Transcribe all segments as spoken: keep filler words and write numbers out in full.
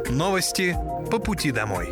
Новости по пути домой.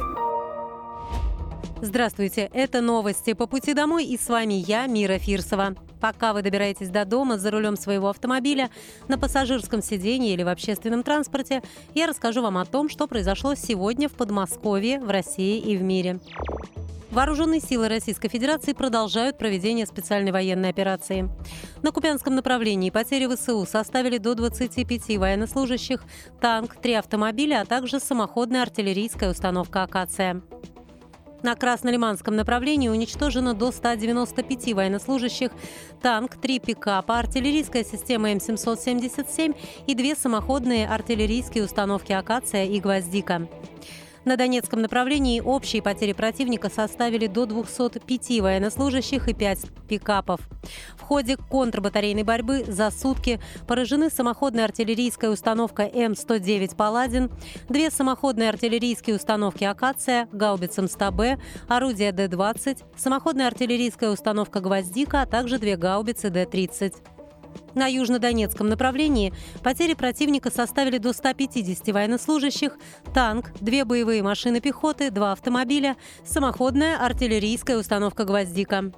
Здравствуйте, это новости по пути домой, и с вами я, Мира Фирсова. Пока вы добираетесь до дома за рулем своего автомобиля, на пассажирском сиденье или в общественном транспорте, я расскажу вам о том, что произошло сегодня в Подмосковье, в России и в мире. Вооруженные силы Российской Федерации продолжают проведение специальной военной операции. На Купянском направлении потери ВСУ составили до двадцати пяти военнослужащих, танк, три автомобиля, а также самоходная артиллерийская установка «Акация». На Краснолиманском направлении уничтожено до ста девяноста пяти военнослужащих, танк, три пикапа, артиллерийская система эм семьсот семьдесят семь и две самоходные артиллерийские установки «Акация» и «Гвоздика». На Донецком направлении общие потери противника составили до двухсот пяти военнослужащих и пять пикапов. В ходе контрбатарейной борьбы за сутки поражены самоходная артиллерийская установка эм сто девять «Паладин», две самоходные артиллерийские установки «Акация», гаубица эм сто бэ, орудие дэ двадцать, самоходная артиллерийская установка «Гвоздика», а также две гаубицы дэ тридцать. На южнодонецком направлении потери противника составили до ста пятидесяти военнослужащих, танк, две боевые машины пехоты, два автомобиля, самоходная артиллерийская установка «Гвоздика».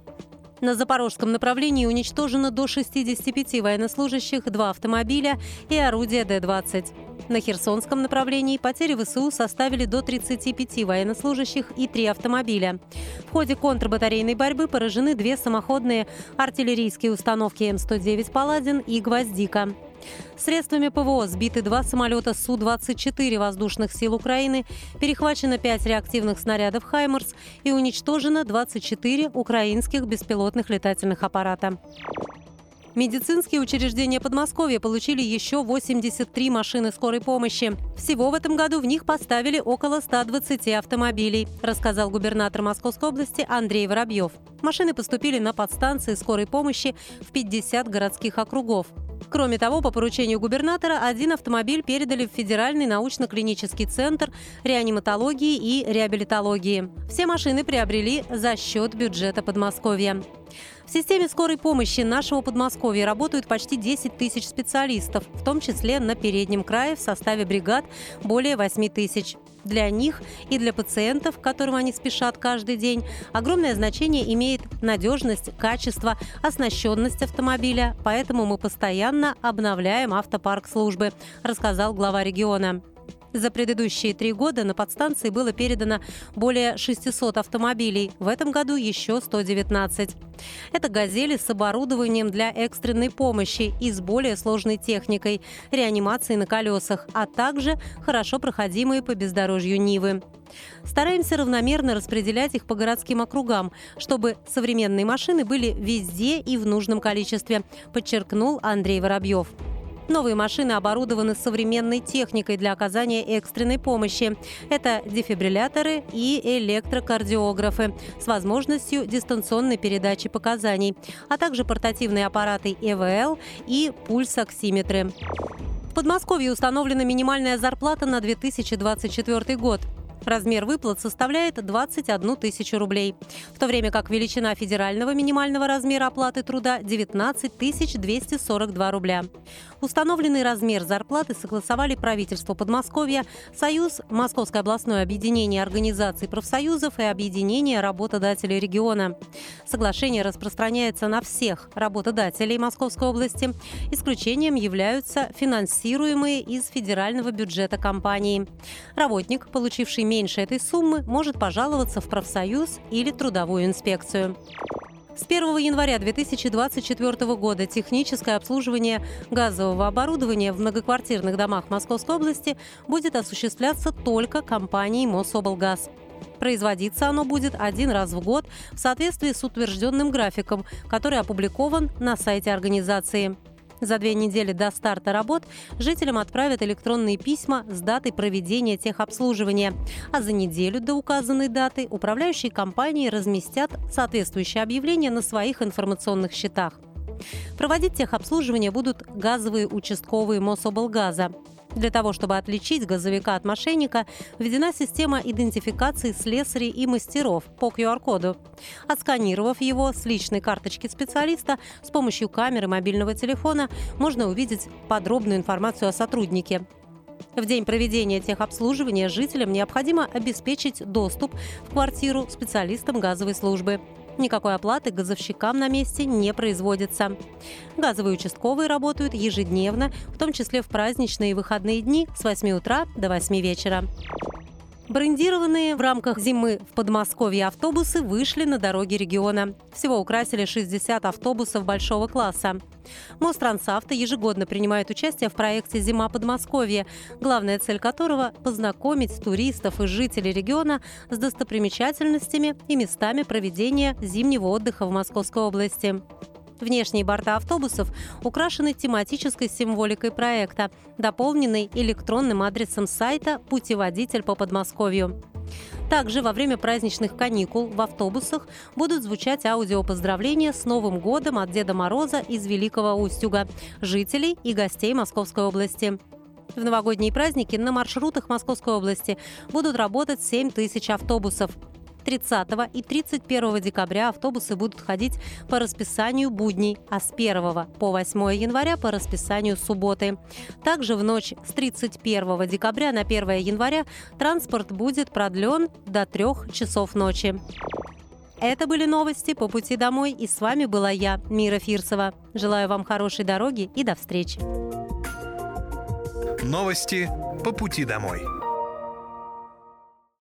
На запорожском направлении уничтожено до шестидесяти пяти военнослужащих, два автомобиля и орудие дэ двадцать. На Херсонском направлении потери ВСУ составили до тридцати пяти военнослужащих и три автомобиля. В ходе контрбатарейной борьбы поражены две самоходные артиллерийские установки эм сто девять «Паладин» и «Гвоздика». Средствами ПВО сбиты два самолета Су двадцать четыре воздушных сил Украины, перехвачено пять реактивных снарядов «Хаймарс» и уничтожено двадцать четыре украинских беспилотных летательных аппарата. Медицинские учреждения Подмосковья получили еще восемьдесят три машины скорой помощи. Всего в этом году в них поставили около ста двадцати автомобилей, рассказал губернатор Московской области Андрей Воробьев. Машины поступили на подстанции скорой помощи в пятьдесят городских округов. Кроме того, по поручению губернатора один автомобиль передали в Федеральный научно-клинический центр реаниматологии и реабилитологии. Все машины приобрели за счет бюджета Подмосковья. В системе скорой помощи нашего Подмосковья работают почти десять тысяч специалистов, в том числе на переднем крае в составе бригад более восьми тысяч. Для них и для пациентов, к которым они спешат каждый день, огромное значение имеет надежность, качество, оснащенность автомобиля, поэтому мы постоянно обновляем автопарк службы, рассказал глава региона. За предыдущие три года на подстанции было передано более шестисот автомобилей, в этом году еще сто девятнадцать. Это «Газели» с оборудованием для экстренной помощи и с более сложной техникой, реанимацией на колесах, а также хорошо проходимые по бездорожью «Нивы». Стараемся равномерно распределять их по городским округам, чтобы современные машины были везде и в нужном количестве, подчеркнул Андрей Воробьев. Новые машины оборудованы современной техникой для оказания экстренной помощи. Это дефибрилляторы и электрокардиографы с возможностью дистанционной передачи показаний, а также портативные аппараты э вэ эл и пульсоксиметры. В Подмосковье установлена минимальная зарплата на две тысячи двадцать четвёртый год. Размер выплат составляет двадцать одну тысячу рублей, в то время как величина федерального минимального размера оплаты труда – девятнадцать тысяч двести сорок два рубля. Установленный размер зарплаты согласовали правительство Подмосковья, Союз, Московское областное объединение организаций профсоюзов и объединение работодателей региона. Соглашение распространяется на всех работодателей Московской области. Исключением являются финансируемые из федерального бюджета компании. Работник, получивший меньше этой суммы, может пожаловаться в профсоюз или трудовую инспекцию. С первого января две тысячи двадцать четвёртого года техническое обслуживание газового оборудования в многоквартирных домах Московской области будет осуществляться только компанией «Мособлгаз». Производиться оно будет один раз в год в соответствии с утвержденным графиком, который опубликован на сайте организации. За две недели до старта работ жителям отправят электронные письма с датой проведения техобслуживания, а за неделю до указанной даты управляющие компании разместят соответствующее объявление на своих информационных счетах. Проводить техобслуживание будут газовые участковые Мособлгаза. Для того, чтобы отличить газовика от мошенника, введена система идентификации слесарей и мастеров по ку ар-коду. Отсканировав его с личной карточки специалиста, с помощью камеры мобильного телефона можно увидеть подробную информацию о сотруднике. В день проведения техобслуживания жителям необходимо обеспечить доступ в квартиру специалистам газовой службы. Никакой оплаты газовщикам на месте не производится. Газовые участковые работают ежедневно, в том числе в праздничные и выходные дни с восьми утра до восьми вечера. Брендированные в рамках зимы в Подмосковье автобусы вышли на дороги региона. Всего украсили шестьдесят автобусов большого класса. Мострансавто ежегодно принимает участие в проекте «Зима Подмосковья», главная цель которого – познакомить туристов и жителей региона с достопримечательностями и местами проведения зимнего отдыха в Московской области. Внешние борта автобусов украшены тематической символикой проекта, дополненной электронным адресом сайта «Путеводитель по Подмосковью». Также во время праздничных каникул в автобусах будут звучать аудиопоздравления с Новым годом от Деда Мороза из Великого Устюга, жителей и гостей Московской области. В новогодние праздники на маршрутах Московской области будут работать семь тысяч автобусов. тридцатого и тридцать первого декабря автобусы будут ходить по расписанию будней, а с первого по восьмое января по расписанию субботы. Также в ночь с тридцать первого декабря на первое января транспорт будет продлен до трех часов ночи. Это были новости по пути домой, и с вами была я, Мира Фирсова. Желаю вам хорошей дороги и до встречи. Новости по пути домой.